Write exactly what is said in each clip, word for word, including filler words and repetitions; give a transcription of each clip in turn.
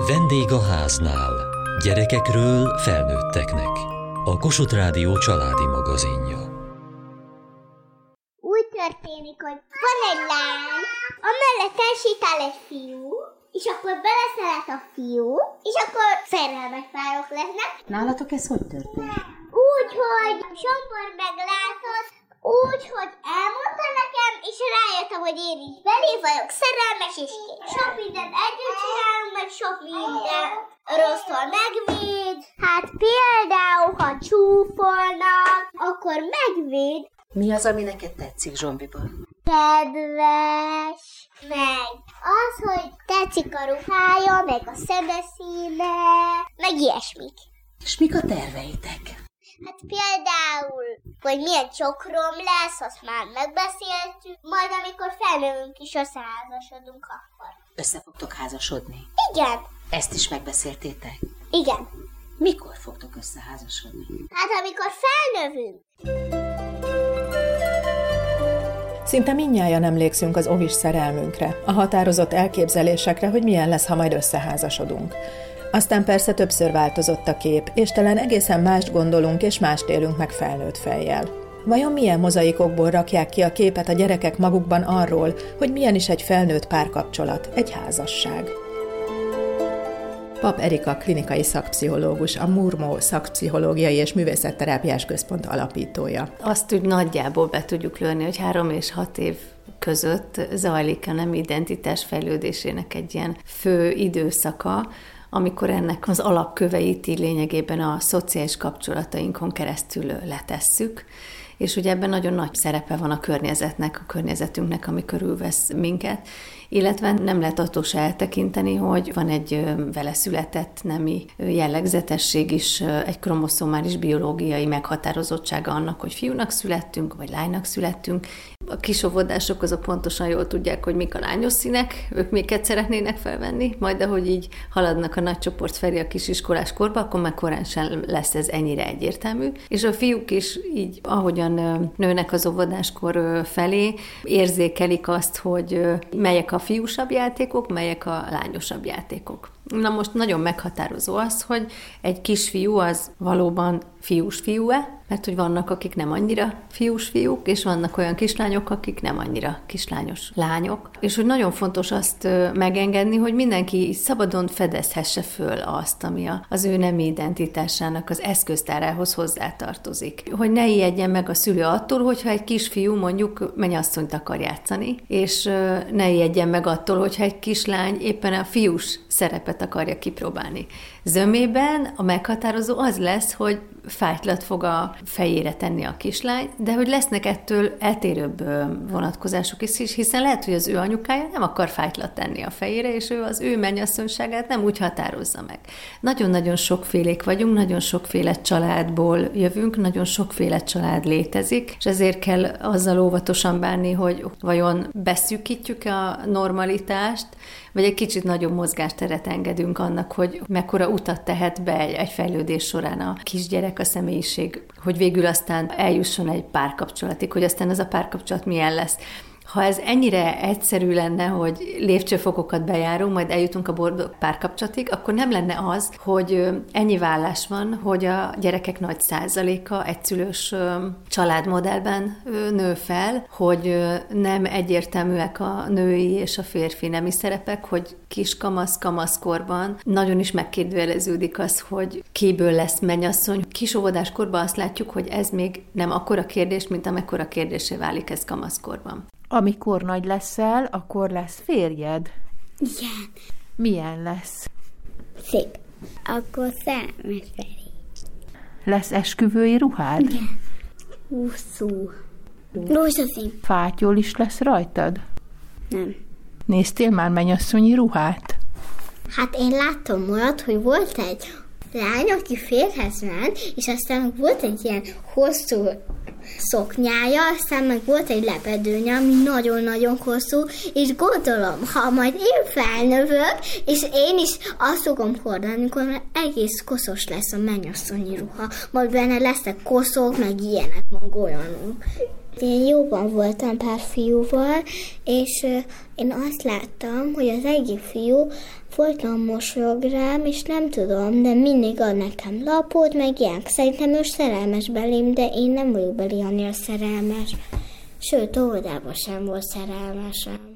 Vendég a háznál. Gyerekekről felnőtteknek. A Kossuth Rádió családi magazinja. Úgy történik, hogy van egy lány, amellett elsétál egy fiú, és akkor beleszeret a fiú, és akkor szerelmes párok lesznek. Nálatok ez hogy történik? Úgy, hogy Sombor meglátott, úgy, hogy elmondta nekem, és rájöttem, hogy én is belé vagyok szerelmes, és sok mindent együtt csinálunk, meg sok minden rossztól megvéd. Hát például, ha csúfolnak, akkor megvéd. Mi az, ami neked tetszik Zsombiban? Kedves, meg az, hogy tetszik a ruhája, meg a szemeszíne, meg ilyesmik. És mik a terveitek? Hát például, hogy milyen csokrom lesz, azt már megbeszéltük, majd amikor felnövünk is összeházasodunk akkor. Össze fogtok házasodni? Igen. Ezt is megbeszéltétek? Igen. Mikor fogtok összeházasodni? Hát amikor felnövünk. Szinte mindnyájan emlékszünk az ovis szerelmünkre, a határozott elképzelésekre, hogy milyen lesz, ha majd összeházasodunk. Aztán persze többször változott a kép, és talán egészen mást gondolunk és mást élünk meg felnőtt fejjel. Vajon milyen mozaikokból rakják ki a képet a gyerekek magukban arról, hogy milyen is egy felnőtt párkapcsolat, egy házasság? Papp Erika klinikai szakpszichológus, a Murmó Szakpszichológiai és Művészetterápiás Központ alapítója. Azt úgy nagyjából be tudjuk lőni, hogy három és hat év között zajlik a nemi identitás fejlődésének egy ilyen fő időszaka, amikor ennek az alapköveit így lényegében a szociális kapcsolatainkon keresztül letesszük, és ugye ebben nagyon nagy szerepe van a környezetnek, a környezetünknek, ami körülvesz minket, illetve nem lehet attól se eltekinteni, hogy van egy vele született nemi jellegzetesség is, egy kromoszomális biológiai meghatározottsága annak, hogy fiúnak születtünk, vagy lánynak születtünk. A kisóvodások azok pontosan jól tudják, hogy mik a lányos színek, ők miket szeretnének felvenni, majd ahogy így haladnak a nagy csoport felé a kisiskolás korba, akkor már korán sem lesz ez ennyire egyértelmű. És a fiúk is így, ahogyan nőnek az óvodáskor felé, érzékelik azt, hogy melyek a fiúsabb játékok, melyek a lányosabb játékok. Na most nagyon meghatározó az, hogy egy kisfiú az valóban fiús fiú-e, mert hogy vannak, akik nem annyira fiús fiúk, és vannak olyan kislányok, akik nem annyira kislányos lányok. És hogy nagyon fontos azt megengedni, hogy mindenki szabadon fedezhesse föl azt, ami az ő nemi identitásának az eszköztárához hozzátartozik. Hogy ne ijedjen meg a szülő attól, hogyha egy kisfiú mondjuk mennyasszonyt akar játszani, és ne ijedjen meg attól, hogyha egy kislány éppen a fiús szerepet akarja kipróbálni. Zömében a meghatározó az lesz, hogy fájtlat fog a fejére tenni a kislány, de hogy lesznek ettől eltérőbb vonatkozások is, hiszen lehet, hogy az ő anyukája nem akar fájtlat tenni a fejére, és ő az ő mennyasszonyságát nem úgy határozza meg. Nagyon-nagyon sokfélék vagyunk, nagyon sokféle családból jövünk, nagyon sokféle család létezik, és ezért kell azzal óvatosan bánni, hogy vajon beszűkítjük a normalitást, vagy egy kicsit nagyobb mozgásteret engedünk annak, hogy mekkora utat tehet be egy, egy fejlődés során a kisgyerek, a személyiség, hogy végül aztán eljusson egy párkapcsolatig, hogy aztán ez a párkapcsolat milyen lesz. Ha ez ennyire egyszerű lenne, hogy lépcsőfokokat bejárunk, majd eljutunk a boldog párkapcsolatig, akkor nem lenne az, hogy ennyi vállás van, hogy a gyerekek nagy százaléka egyszülős családmodellben nő fel, hogy nem egyértelműek a női és a férfi nemi szerepek, hogy kiskamasz, kamaszkorban nagyon is megkérdőjeleződik az, hogy kiből lesz mennyasszony. Kisóvodáskorban azt látjuk, hogy ez még nem akkora kérdés, mint amekkora kérdésé válik ez kamaszkorban. Amikor nagy leszel, akkor lesz férjed? Igen. Milyen lesz? Szép. Akkor szerelmes felé. Lesz esküvői ruhád? Igen. Úszó. Rózsaszín. Fátyol is lesz rajtad? Nem. Néztél már mennyasszonyi ruhát? Hát én láttam olyat, hogy volt egy lány, aki férhez ment, és aztán volt egy ilyen hosszú szoknyája, aztán meg volt egy lepedőnye, ami nagyon-nagyon hosszú, és gondolom, ha majd én felnövök, és én is azt fogom hordani, akkor egész koszos lesz a mennyasszonyi ruha, majd benne lesznek koszok, meg ilyenek, meg olyanok. Én jóban voltam pár fiúval, és én azt láttam, hogy az egyik fiú folyton mosolyog rám, és nem tudom, de mindig ad nekem lapot, meg ilyen. Szerintem ő szerelmes belém, de én nem vagyok belé annyira szerelmes. Sőt, óvodában sem volt szerelmesem.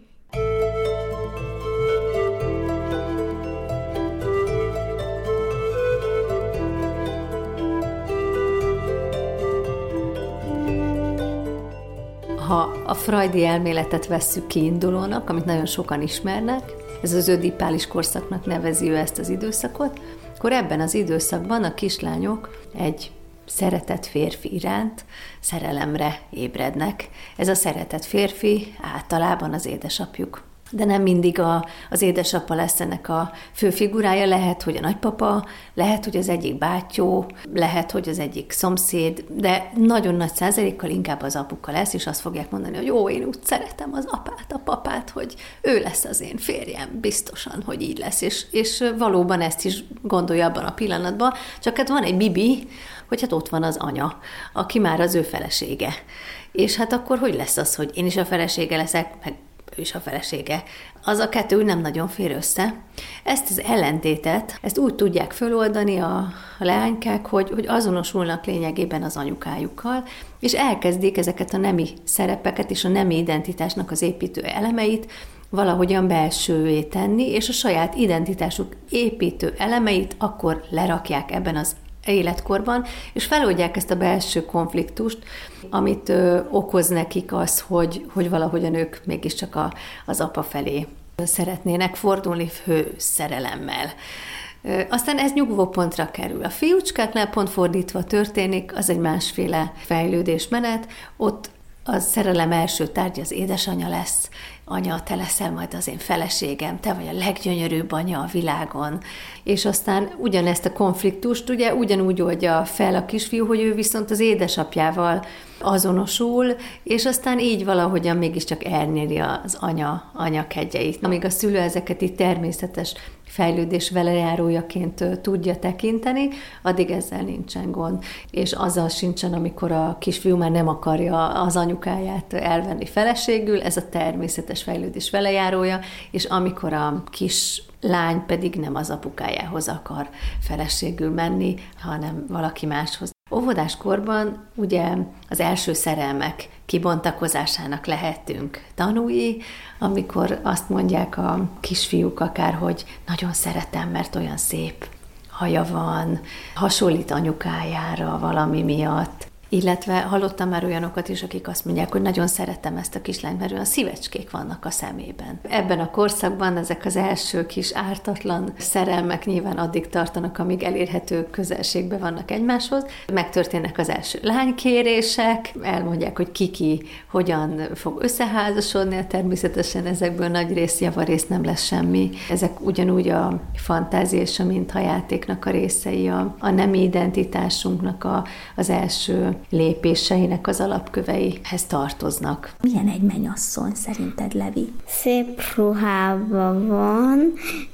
Ha a freudi elméletet vesszük kiindulónak, amit nagyon sokan ismernek, ez az ödipális korszaknak nevezi ő ezt az időszakot, akkor ebben az időszakban a kislányok egy szeretett férfi iránt szerelemre ébrednek. Ez a szeretett férfi általában az édesapjuk. De nem mindig a, az édesapa lesz ennek a fő figurája, lehet, hogy a nagypapa, lehet, hogy az egyik bátyó, lehet, hogy az egyik szomszéd, de nagyon nagy százalékkal inkább az apuka lesz, és azt fogják mondani, hogy jó, én úgy szeretem az apát, a papát, hogy ő lesz az én férjem, biztosan, hogy így lesz, és, és valóban ezt is gondolja abban a pillanatban, csak hát van egy bibi, hogy hát ott van az anya, aki már az ő felesége. És hát akkor hogy lesz az, hogy én is a felesége leszek, meg ő is a felesége. Az a kettő nem nagyon fér össze. Ezt az ellentétet, ezt úgy tudják föloldani a leánykák, hogy, hogy azonosulnak lényegében az anyukájukkal, és elkezdik ezeket a nemi szerepeket és a nemi identitásnak az építő elemeit valahogyan belsővé tenni, és a saját identitásuk építő elemeit akkor lerakják ebben az életkorban, és feloldják ezt a belső konfliktust, amit ö, okoz nekik az, hogy, hogy valahogyan ők mégiscsak a, az apa felé szeretnének fordulni fő szerelemmel. Ö, aztán ez nyugvópontra kerül. A fiúcskáknál pont fordítva történik, az egy másféle fejlődésmenet, ott a szerelem első tárgya az édesanya lesz, anya, te leszel majd az én feleségem, te vagy a leggyönyörűbb anya a világon. És aztán ugyanezt a konfliktust ugye ugyanúgy oldja fel a kisfiú, hogy ő viszont az édesapjával azonosul, és aztán így valahogyan mégiscsak elnyeri az anya, anya kegyeit. Amíg a szülő ezeket itt természetes fejlődés velejárójaként tudja tekinteni, addig ezzel nincsen gond. És azzal sincsen, amikor a kisfiú már nem akarja az anyukáját elvenni feleségül, ez a természetes fejlődés velejárója, és amikor a kis lány pedig nem az apukájához akar feleségül menni, hanem valaki máshoz. Óvodáskorban ugye az első szerelmek kibontakozásának lehetünk tanúi, amikor azt mondják a kisfiúk akár, hogy nagyon szeretem, mert olyan szép haja van, hasonlít anyukájára valami miatt. Illetve hallottam már olyanokat is, akik azt mondják, hogy nagyon szeretem ezt a kislányt, mert olyan szívecskék vannak a szemében. Ebben a korszakban ezek az első kis ártatlan szerelmek nyilván addig tartanak, amíg elérhető közelségben vannak egymáshoz. Megtörténnek az első lánykérések, elmondják, hogy ki-ki hogyan fog összeházasodni, természetesen ezekből nagy rész, javarész nem lesz semmi. Ezek ugyanúgy a fantázia és a mintajátéknak a részei, a, a nemi identitásunknak a, az első lépéseinek az alapköveihez tartoznak. Milyen egy mennyasszony szerinted, Levi? Szép ruhában van,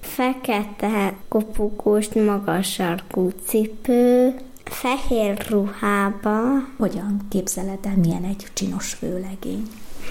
fekete kopogós, magas sarkú cipő, fehér ruhába. Hogyan képzeled el, milyen egy csinos vőlegény?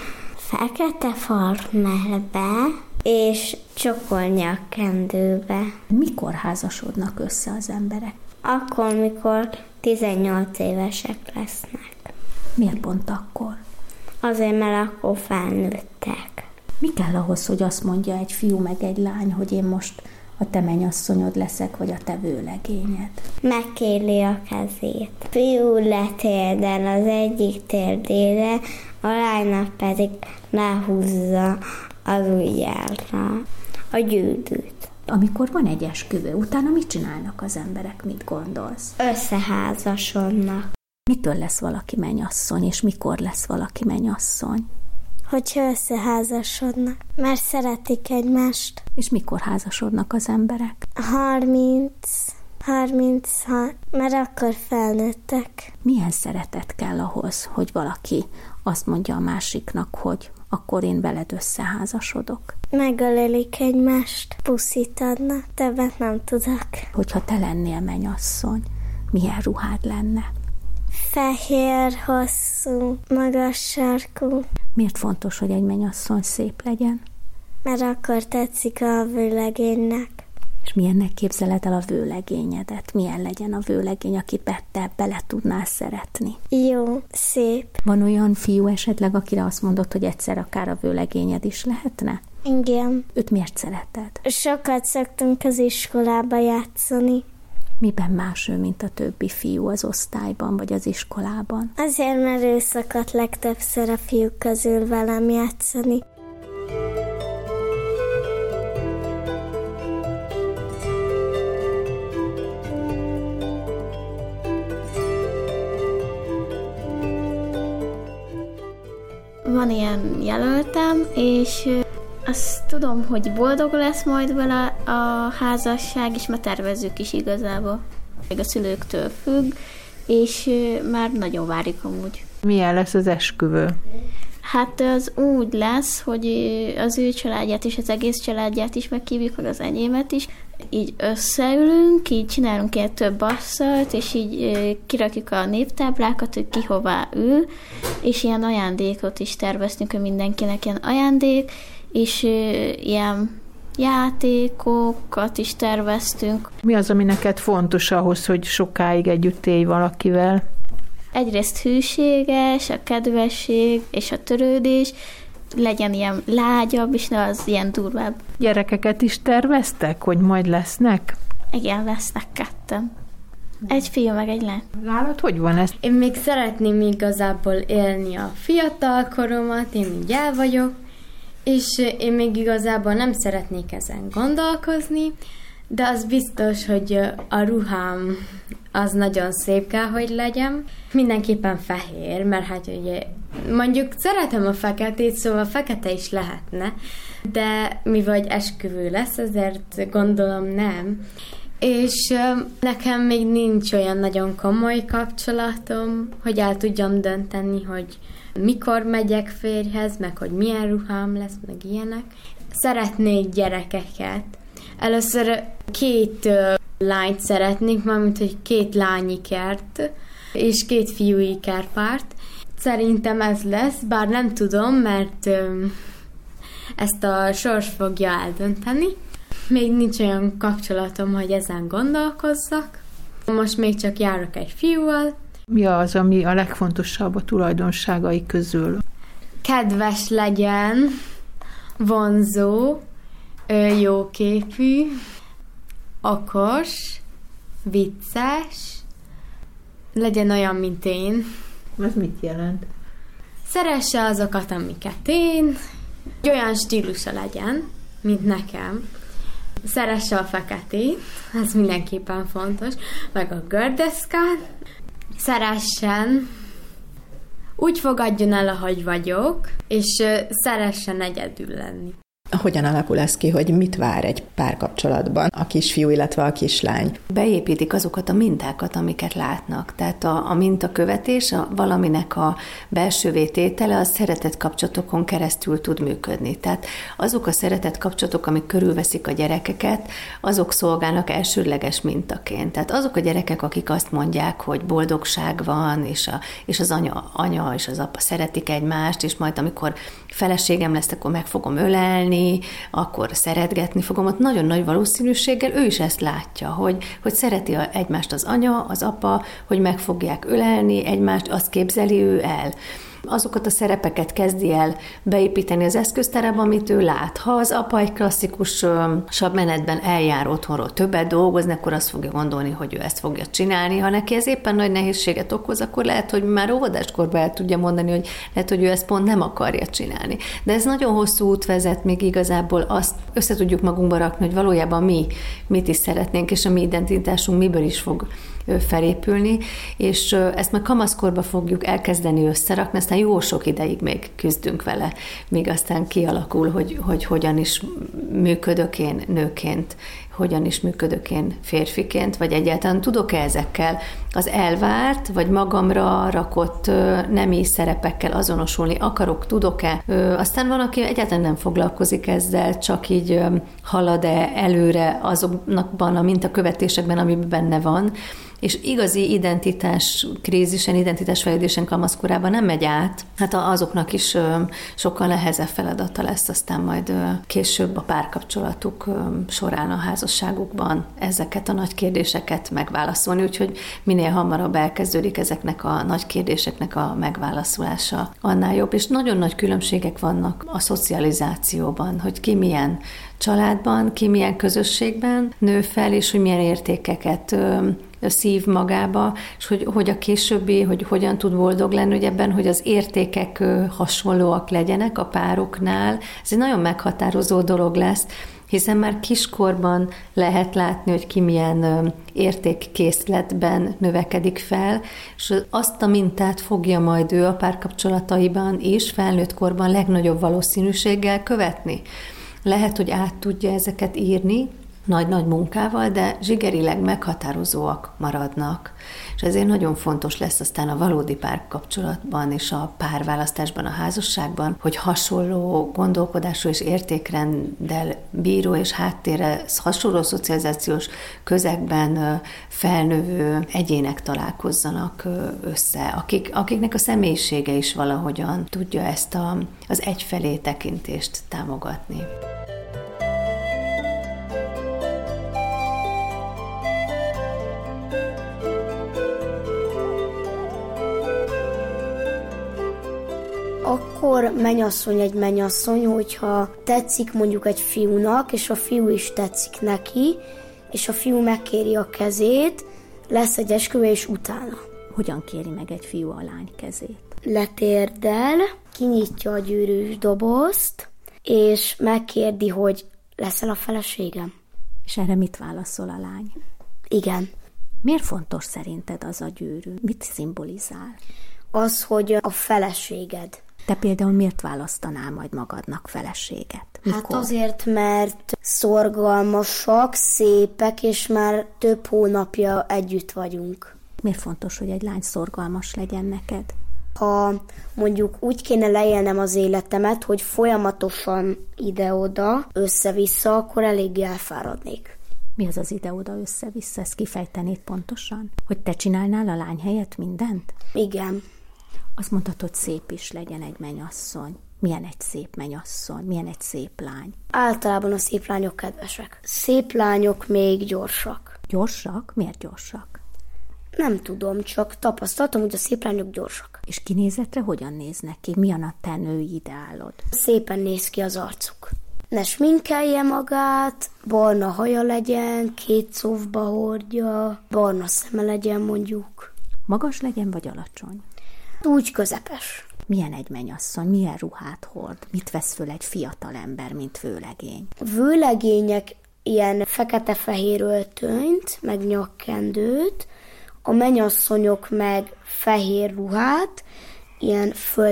Fekete farmerbe és csokolnyakkendőbe. Mikor házasodnak össze az emberek? Akkor, mikor tizennyolc évesek lesznek. Miért pont akkor? Azért, mert akkor felnőttek. Mi kell ahhoz, hogy azt mondja egy fiú meg egy lány, hogy én most a te mennyasszonyod leszek, vagy a te vőlegényed? Megkéri a kezét. Fiú letérdel az egyik térdére, a lánynak pedig lehúzza az ujjára a gyűrűt. Amikor van egy esküvő, utána mit csinálnak az emberek, mit gondolsz? Összeházasodnak. Mitől lesz valaki mennyasszony, és mikor lesz valaki mennyasszony? Hogyha összeházasodnak, mert szeretik egymást. És mikor házasodnak az emberek? harminc, harminchat, mert akkor felnőttek. Milyen szeretet kell ahhoz, hogy valaki azt mondja a másiknak, hogy akkor én veled összeházasodok? Megölelik egymást, puszit adnak, többet nem tudok. Hogyha te lennél mennyasszony, milyen ruhád lenne? Fehér, hosszú, magas sarkú. Miért fontos, hogy egy mennyasszony szép legyen? Mert akkor tetszik a vőlegénynek. És milyennek képzeled el a vőlegényedet? Milyen legyen a vőlegény, akit te bele tudnál szeretni? Jó, szép. Van olyan fiú esetleg, akire azt mondod, hogy egyszer akár a vőlegényed is lehetne? Igen. Őt miért szereted? Sokat szoktunk az iskolába játszani. Miben más ő, mint a többi fiú az osztályban, vagy az iskolában? Azért, mert ő szokott legtöbbször a fiúk közül velem játszani. Van ilyen jelöltem, és azt tudom, hogy boldog lesz majd vele a házasság, és már tervezzük is igazából. Még a szülőktől függ, és már nagyon várjuk amúgy. Milyen lesz az esküvő? Hát az úgy lesz, hogy az ő családját és az egész családját is meghívjuk, meg az enyémet is. Így összeülünk, így csinálunk ilyen több asztalt, és így kirakjuk a névtáblákat, hogy ki hová ül, és ilyen ajándékot is terveztünk, hogy mindenkinek ilyen ajándék, és ilyen játékokat is terveztünk. Mi az, ami neked fontos ahhoz, hogy sokáig együtt élj valakivel? Egyrészt hűséges, a kedvesség és a törődés, legyen ilyen lágyabb, és ne az ilyen durvább. Gyerekeket is terveztek, hogy majd lesznek? Igen, lesznek ketten. Egy fiú, meg egy lány. Nálad hogy van ez? Én még szeretném igazából élni a fiatal koromat, én még el vagyok, és én még igazából nem szeretnék ezen gondolkozni, de az biztos, hogy a ruhám az nagyon szép kell, hogy legyen. Mindenképpen fehér, mert hát ugye mondjuk szeretem a feketét, szóval fekete is lehetne, de mivel esküvő lesz, ezért gondolom nem. És nekem még nincs olyan nagyon komoly kapcsolatom, hogy el tudjam dönteni, hogy mikor megyek férjhez, meg hogy milyen ruhám lesz, meg ilyenek. Szeretnék gyerekeket. Először két uh, lányt szeretnék, mármint, hogy két lányikert, és két fiúikerpárt. Szerintem ez lesz, bár nem tudom, mert um, ezt a sors fogja eldönteni. Még nincs olyan kapcsolatom, hogy ezen gondolkozzak. Most még csak járok egy fiúval. Mi az, ami a legfontosabb a tulajdonságai közül? Kedves legyen, vonzó, jóképű, okos, vicces, legyen olyan, mint én. Ez mit jelent? Szeresse azokat, amiket én, hogy olyan stílusa legyen, mint nekem. Szeresse a feketét, ez mindenképpen fontos, meg a gördeszkát. Szeressen, úgy fogadjon el, ahogy vagyok, és szeressen egyedül lenni. Hogyan alakul ez ki, hogy mit vár egy párkapcsolatban a kisfiú, illetve a kislány? Beépítik azokat a mintákat, amiket látnak. Tehát a, a mintakövetés, a valaminek a belső vététele, a szeretett kapcsolatokon keresztül tud működni. Tehát azok a szeretett kapcsolatok, amik körülveszik a gyerekeket, azok szolgálnak elsődleges mintaként. Tehát azok a gyerekek, akik azt mondják, hogy boldogság van, és, a, és az anya, anya és az apa szeretik egymást, és majd amikor feleségem lesz, akkor meg fogom ölelni, akkor szeretgetni fogom, ott nagyon nagy valószínűséggel ő is ezt látja, hogy, hogy szereti egymást az anya, az apa, hogy meg fogják ölelni egymást, azt képzeli ő el. Azokat a szerepeket kezdi el beépíteni az eszköztárába, amit ő lát. Ha az apa egy klasszikusabb menetben eljár otthonról többet dolgozni, akkor azt fogja gondolni, hogy ő ezt fogja csinálni. Ha neki ez éppen nagy nehézséget okoz, akkor lehet, hogy már óvodáskorban el tudja mondani, hogy lehet, hogy ő ezt pont nem akarja csinálni. De ez nagyon hosszú út vezet, még igazából azt össze tudjuk magunkba rakni, hogy valójában mi mit is szeretnénk, és a mi identitásunk miből is fog felépülni, és ezt már kamaszkorba fogjuk elkezdeni összerakni, aztán jó sok ideig még küzdünk vele, míg aztán kialakul, hogy, hogy hogyan is működök én nőként, hogyan is működök én férfiként, vagy egyáltalán tudok-e ezekkel az elvárt, vagy magamra rakott nemi szerepekkel azonosulni, akarok, tudok-e. Aztán van, aki egyáltalán nem foglalkozik ezzel, csak így halad-e előre azokban a mintakövetésekben, amiben benne van, és igazi identitás krízisen, identitásfejlődésen kamaszkorában nem megy át. Hát azoknak is sokkal nehezebb feladata lesz aztán majd később a párkapcsolatuk során a házasságukban ezeket a nagy kérdéseket megválaszolni, úgyhogy minél hamarabb elkezdődik ezeknek a nagy kérdéseknek a megválaszolása, annál jobb. És nagyon nagy különbségek vannak a szocializációban, hogy ki milyen családban, ki milyen közösségben nő fel, és hogy milyen értékeket szív magába, és hogy, hogy a későbbi, hogy hogyan tud boldog lenni, hogy ebben, hogy az értékek hasonlóak legyenek a pároknál. Ez egy nagyon meghatározó dolog lesz, hiszen már kiskorban lehet látni, hogy ki milyen értékkészletben növekedik fel, és azt a mintát fogja majd ő a párkapcsolataiban is felnőtt korban legnagyobb valószínűséggel követni. Lehet, hogy át tudja ezeket írni, nagy-nagy munkával, de zsigerileg meghatározóak maradnak. És ezért nagyon fontos lesz aztán a valódi párkapcsolatban és a párválasztásban, a házasságban, hogy hasonló gondolkodású és értékrenddel bíró és háttérre hasonló szocializációs közegben felnövő egyének találkozzanak össze, akik, akiknek a személyisége is valahogyan tudja ezt a, az egyfelé tekintést támogatni. Akkor mennyasszony egy mennyasszony, hogyha tetszik mondjuk egy fiúnak, és a fiú is tetszik neki, és a fiú megkéri a kezét, lesz egy esküvő, és utána. Hogyan kéri meg egy fiú a lány kezét? Letérdel, kinyitja a gyűrűs dobozt, és megkérdi, hogy leszel a feleségem. És erre mit válaszol a lány? Igen. Miért fontos szerinted az a gyűrű? Mit szimbolizál? Az, hogy a feleséged. Te például miért választanál majd magadnak feleséget? Mikor? Hát azért, mert szorgalmasak, szépek, és már több hónapja együtt vagyunk. Miért fontos, hogy egy lány szorgalmas legyen neked? Ha mondjuk úgy kéne leélnem az életemet, hogy folyamatosan ide-oda, össze-vissza, akkor eléggé elfáradnék. Mi az az ide-oda, össze-vissza? Ezt kifejtenéd pontosan? Hogy te csinálnál a lány helyett mindent? Igen. Azt mondtad, hogy szép is legyen egy mennyasszony. Milyen egy szép mennyasszony? Milyen egy szép lány? Általában a szép lányok kedvesek. Szép lányok még gyorsak. Gyorsak? Miért gyorsak? Nem tudom, csak tapasztaltam, hogy a szép lányok gyorsak. És kinézetre hogyan néznek ki? Milyen a te női ideálod? Szépen néz ki az arcuk. Ne sminkelje magát, barna haja legyen, két szóvba hordja, barna szeme legyen mondjuk. Magas legyen vagy alacsony? Úgy közepes. Milyen egy mennyasszony, milyen ruhát hord? Mit vesz föl egy fiatal ember, mint vőlegény? Vőlegények ilyen fekete-fehér öltönyt, meg nyakkendőt, a mennyasszonyok meg fehér ruhát, ilyen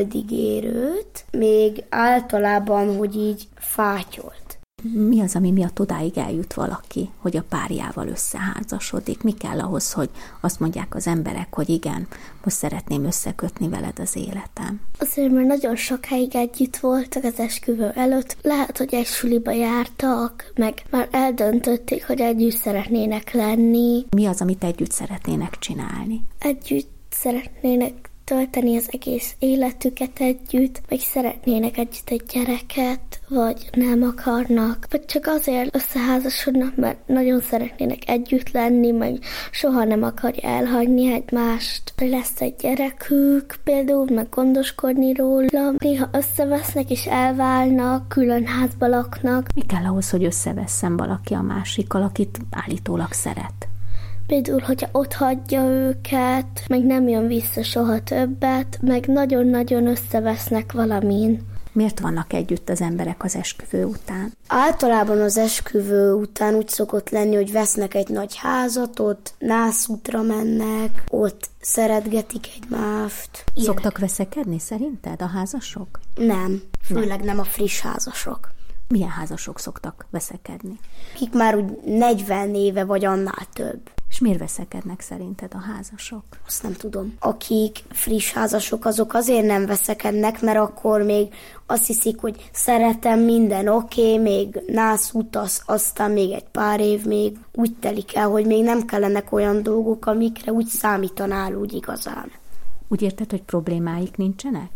földigérőt, még általában, hogy így fátyolt. Mi az, ami miatt odáig eljut valaki, hogy a párjával összeházasodik? Mi kell ahhoz, hogy azt mondják az emberek, hogy igen, most szeretném összekötni veled az életem? Azért, mert nagyon sokáig együtt voltak az esküvő előtt. Lehet, hogy egy suliba jártak, meg már eldöntötték, hogy együtt szeretnének lenni. Mi az, amit együtt szeretnének csinálni? Együtt szeretnének tölteni az egész életüket együtt, vagy szeretnének együtt egy gyereket, vagy nem akarnak, vagy csak azért összeházasodnak, mert nagyon szeretnének együtt lenni, meg soha nem akarja elhagyni egymást. Lesz egy gyerekük, például meg gondoskodni róla. Néha összevesznek és elválnak, külön házba laknak. Mi kell ahhoz, hogy összevesszen valaki a másikkal, akit állítólag szeret? Például, hogyha ott hagyja őket, meg nem jön vissza soha többet, meg nagyon-nagyon összevesznek valamin. Miért vannak együtt az emberek az esküvő után? Általában az esküvő után úgy szokott lenni, hogy vesznek egy nagy házat, ott nászútra mennek, ott szeretgetik egymást. Szoktak veszekedni szerinted a házasok? Nem, főleg nem a friss házasok. Milyen házasok szoktak veszekedni? Akik már úgy negyven éve vagy annál több. És miért veszekednek szerinted a házasok? Azt nem tudom. Akik friss házasok, azok azért nem veszekednek, mert akkor még azt hiszik, hogy szeretem, minden oké, okay, még nász utasz, aztán még egy pár év még úgy telik el, hogy még nem kellenek olyan dolgok, amikre úgy számítanál úgy igazán. Úgy érted, hogy problémáik nincsenek?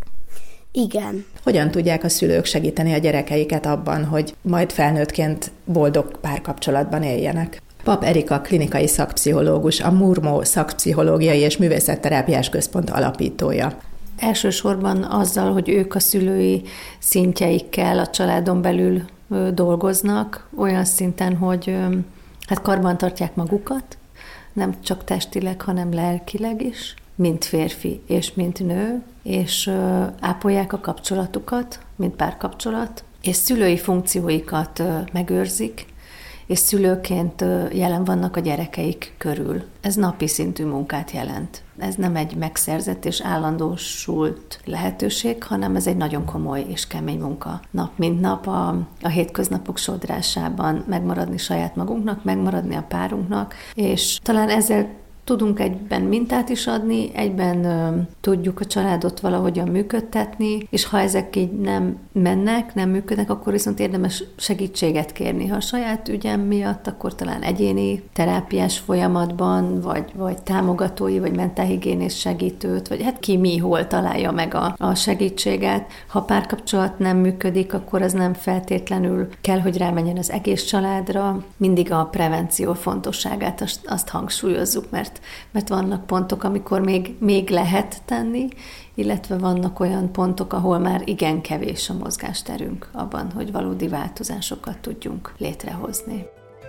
Igen. Hogyan tudják a szülők segíteni a gyerekeiket abban, hogy majd felnőttként boldog párkapcsolatban éljenek? Pap Erika klinikai szakpszichológus, a Murmó Szakpszichológiai és Művészetterápiás Központ alapítója. Elsősorban azzal, hogy ők a szülői szintjeikkel a családon belül dolgoznak, olyan szinten, hogy hát karban tartják magukat, nem csak testileg, hanem lelkileg is, mint férfi és mint nő, és ápolják a kapcsolatukat, mint párkapcsolat, és szülői funkcióikat megőrzik, és szülőként jelen vannak a gyerekeik körül. Ez napi szintű munkát jelent. Ez nem egy megszerzett és állandósult lehetőség, hanem ez egy nagyon komoly és kemény munka. Nap mint nap a, a hétköznapok sodrásában megmaradni saját magunknak, megmaradni a párunknak, és talán ezzel tudunk egyben mintát is adni, egyben ö, tudjuk a családot valahogyan működtetni, és ha ezek így nem mennek, nem működnek, akkor viszont érdemes segítséget kérni. Ha a saját ügyem miatt, akkor talán egyéni terápiás folyamatban, vagy, vagy támogatói, vagy mentálhigiénész segítőt, vagy hát ki mi hol találja meg a, a segítséget. Ha párkapcsolat nem működik, akkor az nem feltétlenül kell, hogy rámenjen az egész családra. Mindig a prevenció fontosságát azt, azt hangsúlyozzuk, mert mert vannak pontok, amikor még, még lehet tenni, illetve vannak olyan pontok, ahol már igen kevés a mozgásterünk abban, hogy valódi változásokat tudjunk létrehozni.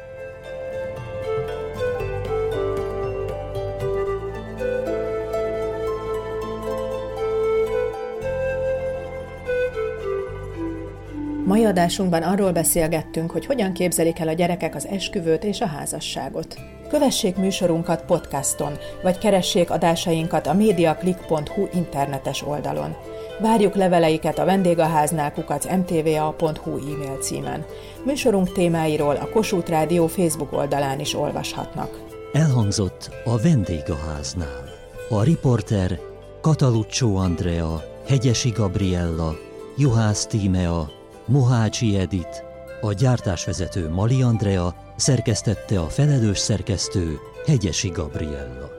Mai adásunkban arról beszélgettünk, hogy hogyan képzelik el a gyerekek az esküvőt és a házasságot. Kövessék műsorunkat podcaston, vagy keressék adásainkat a mediaclick pont hu internetes oldalon. Várjuk leveleiket a vendégháznál kukac em té vé á pont hu e-mail címen. Műsorunk témáiról a Kossuth Rádió Facebook oldalán is olvashatnak. Elhangzott a vendégháznál. A riporter Kataluccio Andrea, Hegyesi Gabriella, Juhász Tímea, Mohácsi Edit, a gyártásvezető Mali Andrea, szerkesztette a felelős szerkesztő Hegyesi Gabriella.